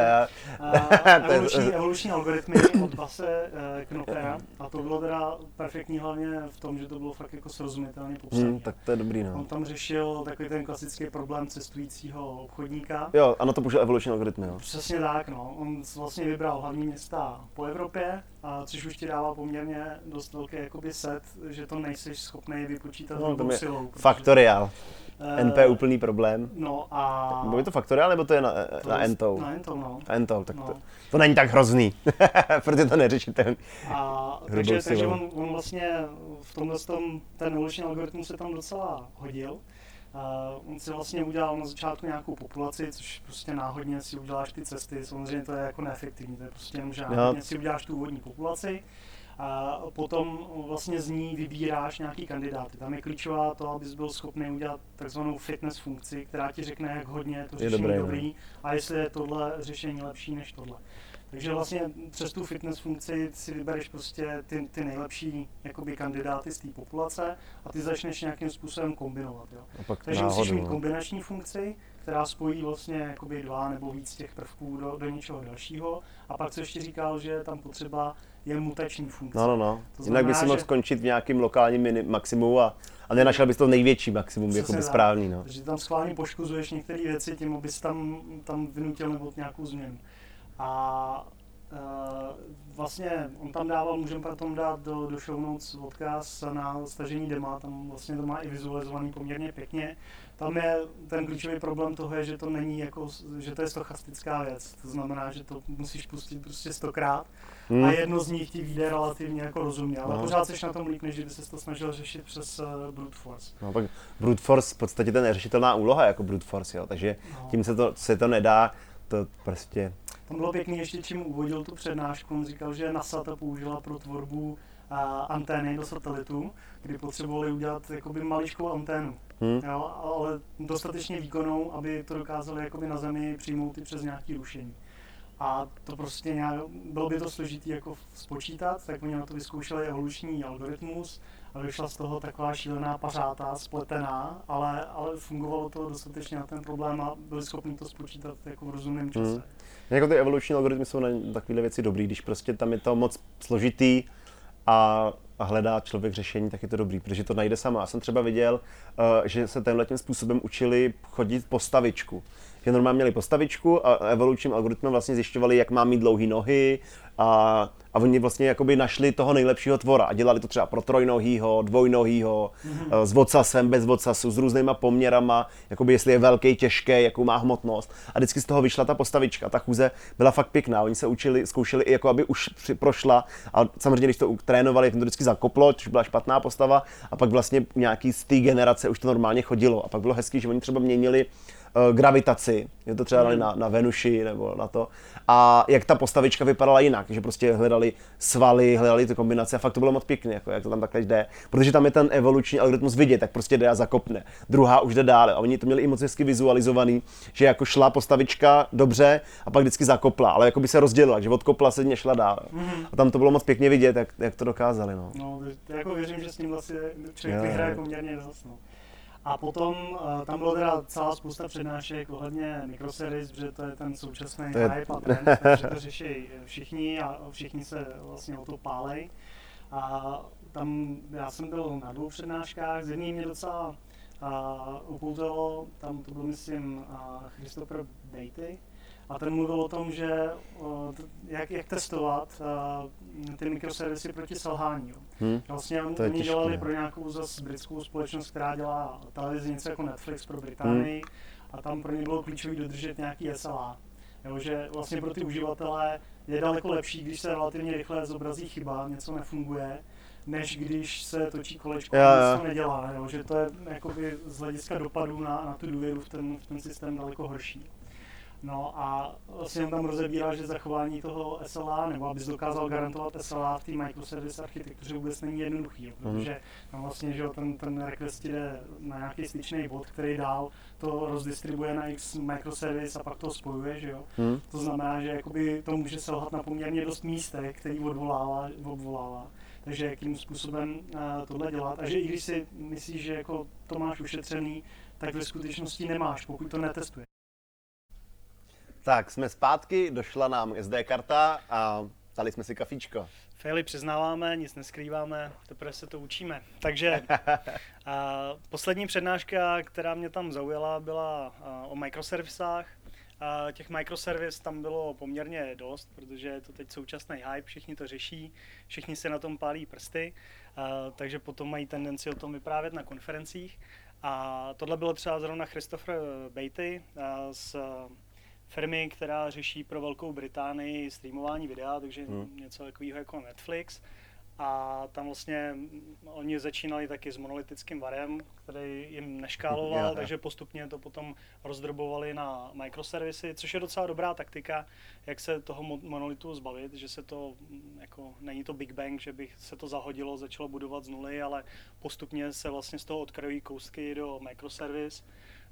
evoluční algoritmy od Base Knopera a to bylo teda perfektní hlavně v tom, že to bylo fakt jako srozumitelně popsané. Tak to je dobrý, no. On tam řešil takový ten klasický problém cestujícího obchodníka. Jo, a na to použil evoluční algoritmy, jo. Přesně tak, no. On vlastně vybral hlavní města po Evropě, což už ti dává poměrně dost velký jakoby set, že to nejseš schopný vypočítat hrubou silou. Faktoriál. NP je úplný problém. No a... Bylo to faktoriál, nebo to je na Entou? Na Entou, no. Entou, tak to není tak hrozný, protože to neřešíte. Takže on vlastně v tomhle ten evoluční algoritmus se tam docela hodil. On si vlastně udělal na začátku nějakou populaci, což prostě náhodně si uděláš ty cesty, samozřejmě to je jako neefektivní, to je prostě jenom, že náhodně si uděláš tu úvodní populaci. A potom vlastně z ní vybíráš nějaký kandidáty. Tam je klíčová to, abys byl schopný udělat takzvanou fitness funkci, která ti řekne, jak hodně je to řešení dobrý a jestli je tohle řešení lepší než tohle. Takže vlastně přes tu fitness funkci si vybereš prostě ty nejlepší jakoby kandidáty z té populace a ty začneš nějakým způsobem kombinovat. Jo. Takže musíš mít kombinační funkci, která spojí vlastně jakoby dva nebo víc těch prvků do něčeho dalšího. A pak co ještě říkal, že tam potřeba je mutační funkce. No. To Jinak by si mohl skončit v nějakém lokálním maximu a nenašel bys to největší maximum, jako by správný. No. Takže tam schválně poškozuješ některé věci tím, abys tam vynutil nebo nějakou změnu. A vlastně on tam dával, můžeme potom dát do show notes odkaz na stažení dema, tam vlastně to má i vizualizovaný poměrně pěkně. Tam je ten klíčový problém toho je, že to není jako, že to je stochastická věc, to znamená, že to musíš pustit prostě 100krát a jedno z nich ti vyjde relativně jako rozumně, ale pořád seš na tom líp, než kdyby ses to snažil řešit přes brute force. No pak brute force v podstatě to je neřešitelná úloha jako brute force, jo, takže tím se to nedá, to prostě... Tam bylo pěkný ještě, čím uvodil tu přednášku, on říkal, že NASA to použila pro tvorbu antény do satelitu, kdy potřebovali udělat jakoby maličkou anténu, jo, ale dostatečně výkonnou, aby to dokázali jakoby na Zemi přijmout i přes nějaké rušení. A to prostě bylo by to složitý jako spočítat, tak oni na to vyzkoušeli evoluční algoritmus a vyšla z toho taková šílená pařáta, spletená, ale fungovalo to dostatečně na ten problém a byli schopni to spočítat jako v rozumném čase. Jako ty evoluční algoritmy jsou na takové věci dobrý, když prostě tam je to moc složitý a hledá člověk řešení, tak je to dobrý, protože to najde sama. Já jsem třeba viděl, že se tímhletím způsobem učili chodit postavičku. Že normálně měli postavičku a evolučním algoritmem vlastně zjišťovali, jak má mít dlouhé nohy a oni vlastně jakoby našli toho nejlepšího tvora a dělali to třeba pro trojnohýho, dvojnohýho, s ocasem, bez ocasu, s různýma poměrama, jakoby jestli je velký, těžký, jakou má hmotnost. A vždycky z toho vyšla ta postavička, ta chůze byla fakt pěkná. Oni se zkoušeli i jako aby už prošla a samozřejmě, když to trénovali, to vždycky zakoplo, což byla špatná postava a pak vlastně nějaký z té generace už to normálně chodilo. A pak bylo hezký, že oni třeba měnili gravitaci, je to třeba dali na Venuši nebo na to, a jak ta postavička vypadala jinak, že prostě hledali svaly, hledali ty kombinace a fakt to bylo moc pěkné, jako jak to tam takhle jde, protože tam je ten evoluční algoritmus vidět, tak prostě jde a zakopne, druhá už jde dále a oni to měli i moc hezky vizualizovaný, že jako šla postavička dobře a pak vždycky zakopla, ale jako by se rozdělila, že odkopla se nešla dál. A tam to bylo moc pěkně vidět, jak to dokázali. No, jako věřím, že s tím vlastně člověk vyhraje poměrně dost. A potom tam bylo teda celá spousta přednášek ohledně microservice, protože to je ten současný hype a trend, takže to řeší všichni a všichni se vlastně o to pálej. A tam já jsem byl na 2 přednáškách, z jedné mě docela upoutalo, tam to byl myslím Christopher Beatty, a ten mluvil o tom, že jak testovat ty mikroservisy proti selhání. Vlastně oni dělali pro nějakou zase britskou společnost, která dělá televizi, něco jako Netflix pro Británii, a tam pro ně bylo klíčové dodržet nějaký SLA. Jo, že vlastně pro ty uživatele je daleko lepší, když se relativně rychle zobrazí chyba, něco nefunguje, než když se točí kolečko a nic to nedělá. Jo, že to je jakoby z hlediska dopadů na tu důvěru v ten systém daleko horší. No a vlastně on tam rozebíral, že zachování toho SLA, nebo abys dokázal garantovat SLA v té microservice architektuře vůbec není jednoduchý, protože tam vlastně, že ten request jde na nějaký styčný bod, který dál to rozdistribuje na X microservice a pak to spojuje, že jo. To znamená, že jakoby to může selhat na poměrně dost místech, který obvolává. Takže jakým způsobem tohle dělat. A že i když si myslíš, že jako to máš ušetřený, tak ve skutečnosti nemáš, pokud to netestuješ. Tak, jsme zpátky, došla nám SD karta a dali jsme si kafíčko. Faily přiznáváme, nic neskrýváme, teprve se to učíme. Takže poslední přednáška, která mě tam zaujala, byla o microservisách. Těch microservis tam bylo poměrně dost, protože je to teď současný hype, všichni to řeší, všichni se na tom pálí prsty, takže potom mají tendenci o tom vyprávět na konferencích. A tohle bylo třeba zrovna Christopher Beatty z firmy, která řeší pro Velkou Británii streamování videa, takže něco takového jako Netflix. A tam vlastně oni začínali taky s monolitickým varem, který jim neškáloval, takže postupně to potom rozdrobovali na microservisy, což je docela dobrá taktika, jak se toho monolitu zbavit, že se to, jako není to Big Bang, že by se to zahodilo, začalo budovat z nuly, ale postupně se vlastně z toho odkrajují kousky do microservice.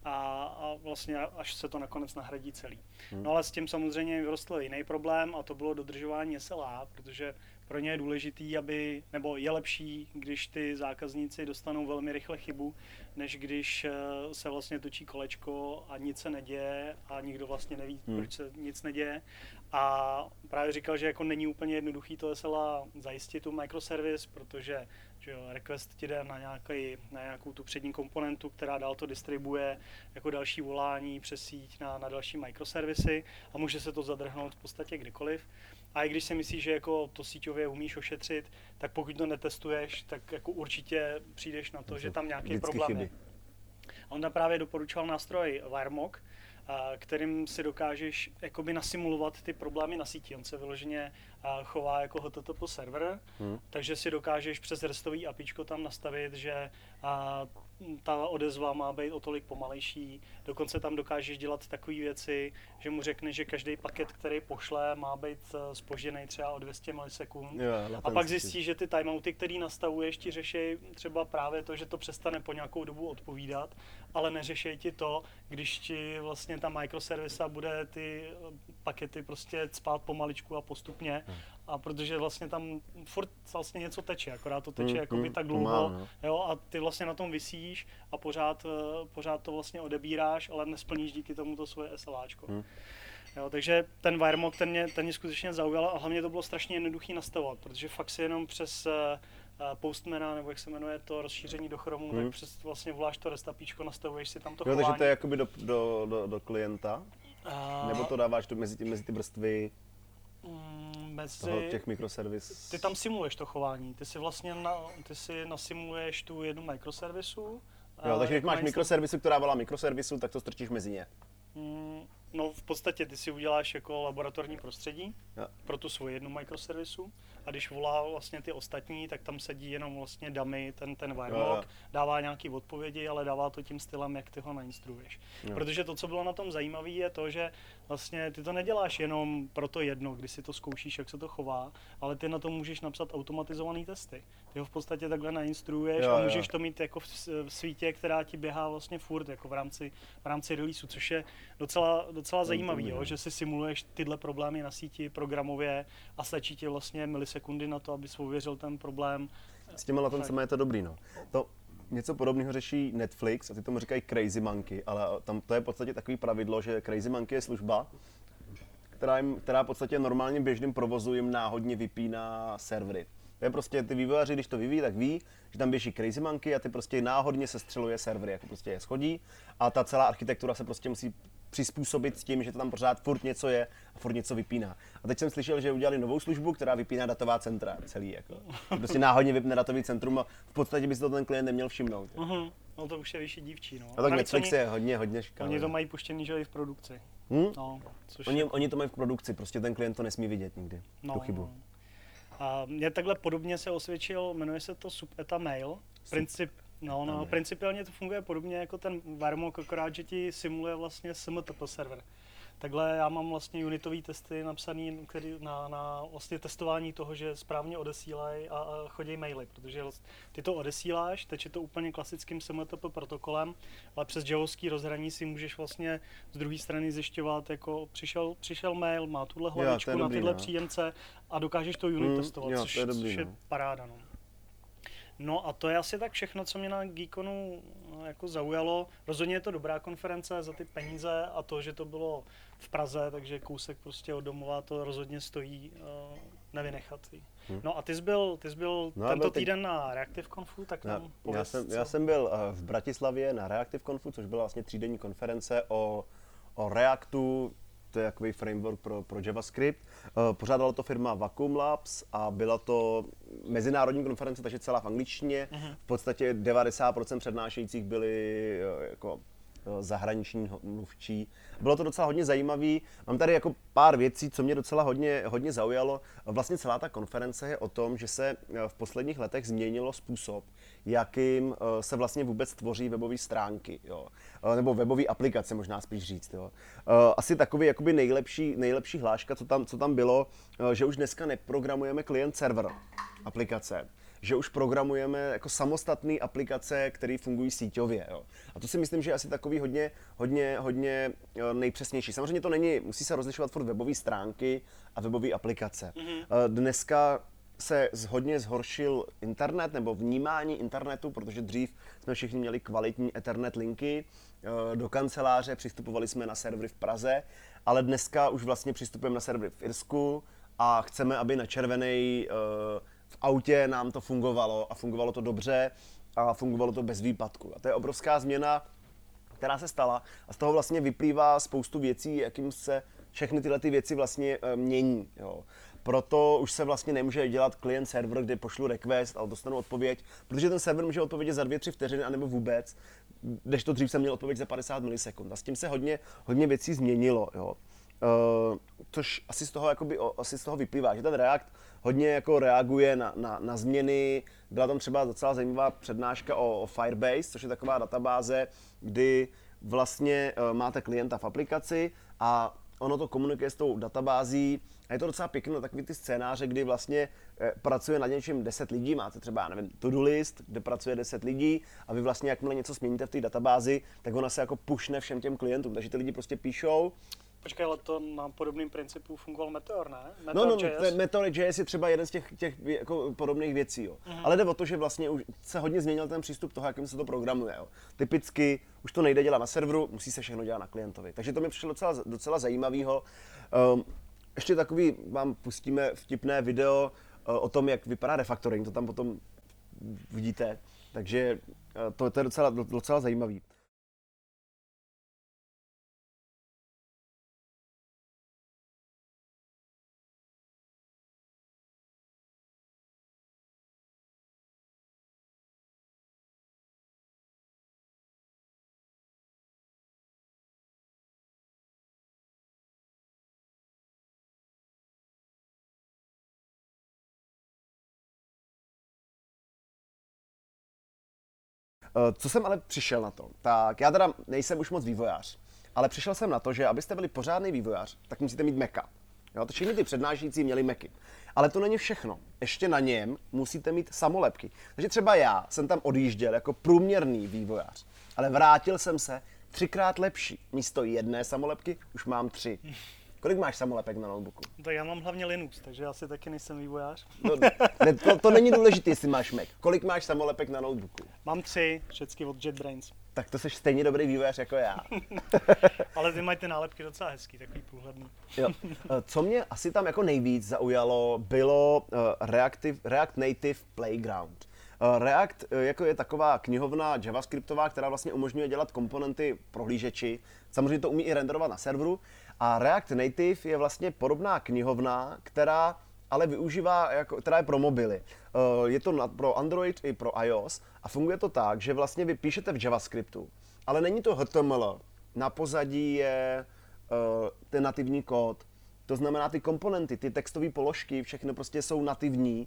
a vlastně až se to nakonec nahradí celý. No ale s tím samozřejmě vyrostl jiný problém a to bylo dodržování SLA, protože pro ně je důležitý, nebo je lepší, když ty zákazníci dostanou velmi rychle chybu, než když se vlastně točí kolečko a nic se neděje a nikdo vlastně neví, proč se nic neděje. A právě říkal, že jako není úplně jednoduchý to SLA zajistit tu microservice, protože že jo, request ti jde na nějakou tu přední komponentu, která dál to distribuje jako další volání přes síť na další microservisy a může se to zadrhnout v podstatě kdykoliv. A i když si myslíš, že jako to síťově umíš ošetřit, tak pokud to netestuješ, tak jako určitě přijdeš na to, že tam nějaký problém je. A on tam právě doporučoval nástroj WireMock, kterým si dokážeš jakoby nasimulovat ty problémy na síti. On se vyloženě chová jako HTTP server, takže si dokážeš přes restový APIčko tam nastavit, že ta odezva má být o tolik pomalejší. Dokonce tam dokážeš dělat takové věci, že mu řekne, že každý paket, který pošle, má být zpožděný třeba o 200 milisekund. A pak zjistíš, že ty timeouty, který nastavuješ, ti řeší třeba právě to, že to přestane po nějakou dobu odpovídat, ale neřeší ti to, když ti vlastně ta microservice bude ty pakety prostě cpát pomaličku a postupně. A protože vlastně tam furt vlastně něco teče, akorát to teče jakoby tak dlouho, jo, a ty vlastně na tom visíš a pořád to vlastně odebíráš, ale nesplníš díky tomu to svoje SLAčko. Jo, takže ten WireMock, ten mě skutečně zaujal a hlavně to bylo strašně jednoduchý nastavovat, protože fakt si jenom přes Postmana, nebo jak se jmenuje to rozšíření do Chromu, tak přes vlastně voláš to REST APIčko, nastavuješ si tam to chování. Takže to je jakoby do klienta? Nebo to dáváš mezi ty vrstvy těch mikroservis? Ty tam simuluješ to chování, ty si vlastně nasimuluješ tu jednu mikroservisu. Jo, takže když máš mikroservisu, která volá mikroservisu, tak to strčíš mezi ně. No v podstatě ty si uděláš jako laboratorní prostředí pro tu svoji jednu microservisu a když volá vlastně ty ostatní, tak tam sedí jenom vlastně dummy, ten WireMock, dává nějaký odpovědi, ale dává to tím stylem, jak ty ho nainstruuješ. Protože to, co bylo na tom zajímavé, je to, že vlastně ty to neděláš jenom pro to jedno, když si to zkoušíš, jak se to chová, ale ty na to můžeš napsat automatizované testy. Ty ho v podstatě takhle nainstruuješ a můžeš to mít jako v svítě, která ti běhá vlastně furt jako v rámci releaseu, což je docela zajímavý, jo, že si simuluješ tyhle problémy na síti programově a stačí ti vlastně milisekundy na to, abys ověřil ten problém. S těma latencemi je to dobrý, no. To něco podobného řeší Netflix a ty tomu říkají Crazy Monkey, ale tam to je v podstatě takový pravidlo, že Crazy Monkey je služba, která v podstatě normálně běžným provozu jim náhodně vypíná servery. To je prostě ty vývojáři, když to vyvíjí, tak ví, že tam běží Crazy Monkey a ty prostě náhodně sestřeluje servery, jako prostě je schodí a ta celá architektura se prostě musí přizpůsobit s tím, že to tam pořád furt něco je a furt něco vypíná. A teď jsem slyšel, že udělali novou službu, která vypíná datová centra celý, jako. Prostě náhodně vypne datový centrum a v podstatě by si to ten klient neměl všimnout. No to už je vyšší dívčí, no. A tak Netflix je hodně škálný. Oni to mají puštěný, že i v produkci. No, oni to mají v produkci, prostě ten klient to nesmí vidět nikdy, tu chybu. A mě takhle podobně se osvědčil, jmenuje se to Subeta Mail. Principiálně to funguje podobně jako ten WireMock, akorát, že ti simuluje vlastně SMTP server. Takhle já mám vlastně unitové testy napsané na vlastně testování toho, že správně odesílají a chodí maily, protože ty to odesíláš, teče to úplně klasickým SMTP protokolem, ale přes javovský rozhraní si můžeš vlastně z druhé strany zjišťovat, jako přišel mail, má tuhle hlavičku na tyhle příjemce a dokážeš to unit testovat, což je paráda. No a to je asi tak všechno, co mě na Geekonu jako zaujalo. Rozhodně je to dobrá konference za ty peníze a to, že to bylo v Praze, takže kousek prostě od domova, to rozhodně stojí nevynechat. No a ty jsi byl tento týden na ReactiveConfu, tak nám pověz. Já jsem byl v Bratislavě na ReactiveConfu, což byla vlastně 3denní konference o Reactu. To je takový framework pro JavaScript. Pořádala to firma Vacuum Labs a byla to mezinárodní konference, takže celá v angličtině. V podstatě 90% přednášejících byli jako zahraniční mluvčí. Bylo to docela hodně zajímavý. Mám tady jako pár věcí, co mě docela hodně zaujalo. Vlastně celá ta konference je o tom, že se v posledních letech změnilo způsob, jakým se vlastně vůbec tvoří webové stránky, jo. Nebo webové aplikace, možná spíš říct. Jo. Asi takový jakoby nejlepší hláška, co tam bylo, že už dneska neprogramujeme klient-server aplikace. že už programujeme jako samostatné aplikace, které fungují síťově. Jo. A to si myslím, že je asi takový hodně nejpřesnější. Samozřejmě to není, musí se rozlišovat furt webové stránky a webové aplikace. Dneska se hodně zhoršil internet nebo vnímání internetu, protože dřív jsme všichni měli kvalitní Ethernet linky do kanceláře, přistupovali jsme na servery v Praze, ale dneska už vlastně přistupujeme na servery v Irsku a chceme, aby na červenej v autě nám to fungovalo a fungovalo to dobře a fungovalo to bez výpadku. A to je obrovská změna, která se stala a z toho vlastně vyplývá spoustu věcí, jakým se všechny tyhle ty věci vlastně mění. Jo. Proto už se vlastně nemůže dělat klient-server, kde pošlu request a dostanu odpověď, protože ten server může odpovědět za 2-3 vteřiny, anebo vůbec, kdežto dřív jsem měl odpověď za 50 milisekund. A s tím se hodně věcí změnilo. Jo. Což asi z toho vyplývá, že ten React hodně jako reaguje na změny. Byla tam třeba docela zajímavá přednáška o Firebase, což je taková databáze, kdy vlastně máte klienta v aplikaci a ono to komunikuje s tou databází a je to docela pěkné, takový ty scénáře, kdy vlastně pracuje na něčem 10 lidí, máte třeba, nevím, to-do list, kde pracuje 10 lidí a vy vlastně jakmile něco změníte v té databázi, tak ona se jako pushne všem těm klientům, takže ty lidi prostě píšou. Počkej, ale to na podobným principu fungoval Meteor, ne? Meteor.js je třeba jeden z těch jako podobných věcí, jo. Ale jde o to, že vlastně už se hodně změnil ten přístup toho, jakým se to programuje, jo. Typicky už to nejde dělat na serveru, musí se všechno dělat na klientovi. Takže to mi přišlo docela zajímavého. Ještě takový, vám pustíme vtipné video o tom, jak vypadá refactoring, to tam potom vidíte. Takže to je docela zajímavý. Co jsem ale přišel na to, tak já teda nejsem už moc vývojář, ale přišel jsem na to, že abyste byli pořádný vývojář, tak musíte mít Maca. Jo, to všichni ty přednášející měli Macy. Ale to není všechno. Ještě na něm musíte mít samolepky. Takže třeba já jsem tam odjížděl jako průměrný vývojář, ale vrátil jsem se 3krát lepší. Místo jedné samolepky už mám 3. Kolik máš samolepek na notebooku? Tak já mám hlavně Linux, takže asi taky nejsem vývojář. No, to není důležité, jestli máš Mac. Kolik máš samolepek na notebooku? Mám 3, všechny od JetBrains. Tak to jsi stejně dobrý vývojář jako já. Ale ty mají ty nálepky docela hezký, takový průhledný. Jo. Co mě asi tam jako nejvíc zaujalo, bylo React Native Playground. React jako je taková knihovna javascriptová, která vlastně umožňuje dělat komponenty prohlížeči. Samozřejmě to umí i renderovat na serveru. A React Native je vlastně podobná knihovna, která ale využívá, která je pro mobily. Je to pro Android i pro iOS a funguje to tak, že vlastně vy píšete v JavaScriptu, ale není to HTML. Na pozadí je ten nativní kód. To znamená, ty komponenty, ty textové položky, všechno prostě jsou nativní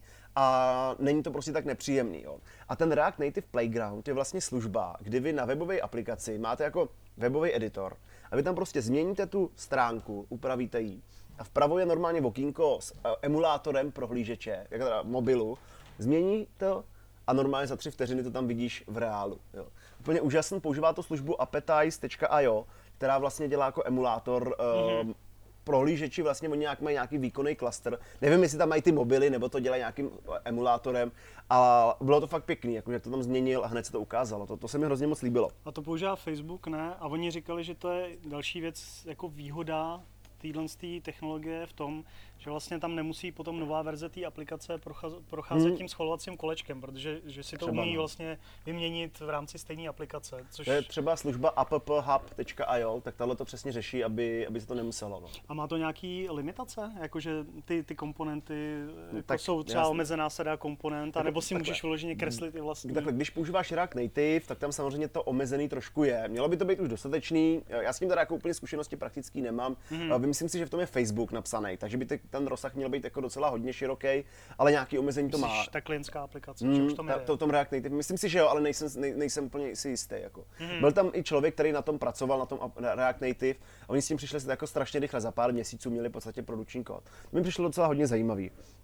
a není to prostě tak nepříjemný. Jo. A ten React Native Playground je vlastně služba, kdy vy na webové aplikaci máte jako webový editor a vy tam prostě změníte tu stránku, upravíte ji a vpravo je normálně okýnko s emulátorem prohlížeče, jako teda mobilu, změní to a normálně za 3 vteřiny to tam vidíš v reálu. Jo. Úplně úžasný, používá to službu appetize.io, která vlastně dělá jako emulátor prohlížeči, vlastně oni mají nějaký výkonný klaster. Nevím, jestli tam mají ty mobily, nebo to dělají nějakým emulátorem, ale bylo to fakt pěkný, jako jak to tam změnil a hned se to ukázalo. To se mi hrozně moc líbilo. A to používá Facebook, ne? A oni říkali, že to je další věc, jako výhoda téhle technologie v tom, že vlastně tam nemusí potom nová verze té aplikace procházet tím schvalovacím kolečkem, protože že si to umí vlastně vyměnit v rámci stejné aplikace. Což... To je třeba služba apphub.io, tak tahle to přesně řeší, aby se to nemuselo. No. A má to nějaký limitace? Jakože ty komponenty tak, jsou třeba jasný. Omezená sada komponent, nebo si můžeš vyloženě kreslit i vlastní? Takhle, když používáš React Native, tak tam samozřejmě to omezený trošku je. Mělo by to být už dostatečný. Já s tím teda jako úplně zkušenosti praktický nemám. Myslím si, že v tom je Facebook napsaný, takže by ten rozsah měl být jako docela hodně široký, ale nějaký omezení to má. Ta klientská aplikace, že už to jde. To tom React Native, myslím si, že jo, ale nejsem úplně si jistý. Jako. Byl tam i člověk, který na tom pracoval, na tom React Native, a oni s tím přišli jako strašně rychle, za pár měsíců měli v podstatě produkční kód. To mi přišlo docela hodně zajímavý.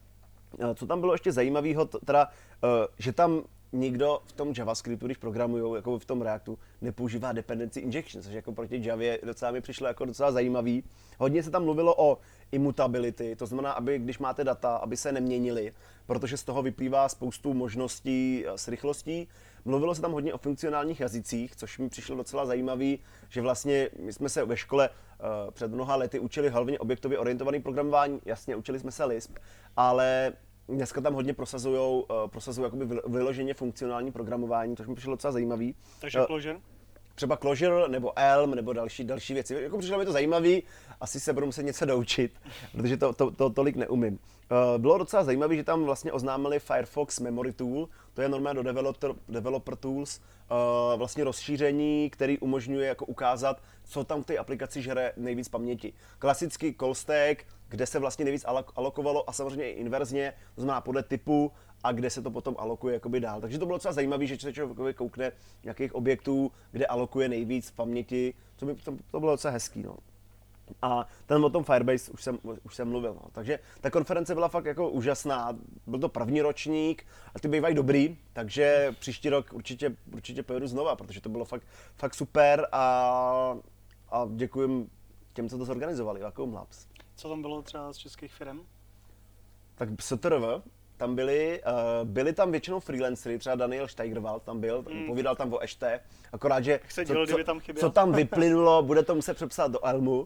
Co tam bylo ještě zajímavého, že tam nikdo v tom JavaScriptu, když programujou, jako v tom Reactu, nepoužívá dependency injection, což jako proti Javě docela mi přišlo jako docela zajímavý. Hodně se tam mluvilo o immutability, to znamená, aby když máte data, aby se neměnily, protože z toho vyplývá spoustu možností s rychlostí. Mluvilo se tam hodně o funkcionálních jazycích, což mi přišlo docela zajímavý, že vlastně my jsme se ve škole před mnoha lety učili hlavně objektově orientovaný programování, jasně, učili jsme se Lisp, ale dneska tam hodně prosazují jakoby vyloženě funkcionální programování, což mi přišlo docela zajímavý. Takže Clojure? Třeba Clojure nebo Elm nebo další věci. Jako přišlo mi to zajímavý, asi se budu muset něco doučit, protože to tolik neumím. Bylo docela zajímavé, že tam vlastně oznámili Firefox Memory Tool, to je normálně do Developer Tools, vlastně rozšíření, který umožňuje jako ukázat, co tam v té aplikaci žere nejvíc paměti. Klasický call stack, kde se vlastně nejvíc alokovalo a samozřejmě i inverzně, to znamená podle typu a kde se to potom alokuje jakoby dál. Takže to bylo docela zajímavé, že se člověk koukne jakých objektů, kde alokuje nejvíc paměti, to bylo docela hezký. No. A ten o tom Firebase už jsem mluvil. No. Takže ta konference byla fakt jako úžasná. Byl to první ročník a ty bývají dobrý, takže příští rok určitě pojedu znova, protože to bylo fakt super a děkujem těm, co to zorganizovali, Vacuum Labs. Co tam bylo třeba z českých firm? Tak STRV, tam byli tam většinou freelancery, třeba Daniel Steigerwald tam byl, povídal tam o EŠTE, akorát, že co tam vyplynulo, bude to muset přepsat do Elmu.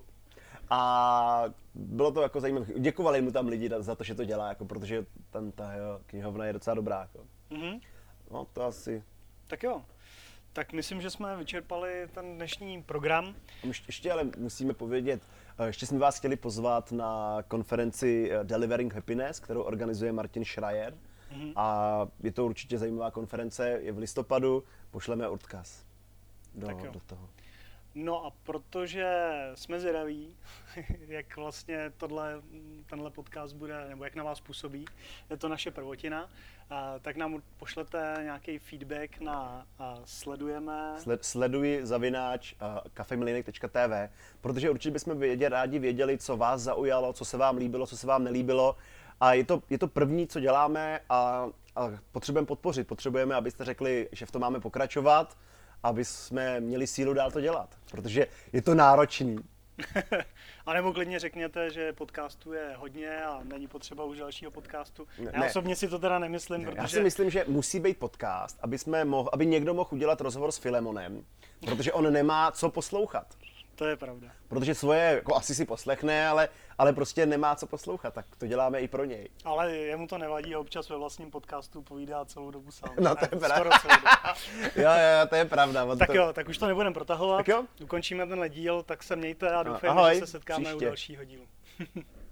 A bylo to jako zajímavé. Děkovali mu tam lidi za to, že to dělá, jako, protože ta jeho knihovna je docela dobrá. Jako. Mm-hmm. No, to asi. Tak jo. Tak myslím, že jsme vyčerpali ten dnešní program. Ještě ale musíme povědět, ještě jsme vás chtěli pozvat na konferenci Delivering Happiness, kterou organizuje Martin Schreier. Mm-hmm. A je to určitě zajímavá konference, je v listopadu, pošleme odkaz do toho. No a protože jsme zvědaví, jak vlastně tenhle podcast bude, nebo jak na vás působí, je to naše prvotina, tak nám pošlete nějaký feedback na sledujeme. Sleduji @kafemlinek.tv, protože určitě bychom rádi věděli, co vás zaujalo, co se vám líbilo, co se vám nelíbilo. A je to první, co děláme a potřebujeme podpořit. Potřebujeme, abyste řekli, že v tom máme pokračovat, aby jsme měli sílu dál to dělat, protože je to náročný. A nebo klidně řekněte, že podcastů je hodně a není potřeba už dalšího podcastu. Já osobně si to teda nemyslím, protože... Já si myslím, že musí být podcast, aby někdo mohl udělat rozhovor s Filemonem, protože on nemá co poslouchat. To je pravda. Protože svoje jako asi si poslechne, ale prostě nemá co poslouchat, tak to děláme i pro něj. Ale jemu to nevadí, občas ve vlastním podcastu povídá celou dobu sám. No to je pravda. Jo, to je pravda. Tak jo, tak už to nebudeme protahovat. Ukončíme tenhle díl, tak se mějte a doufejme, že se setkáme u dalšího dílu.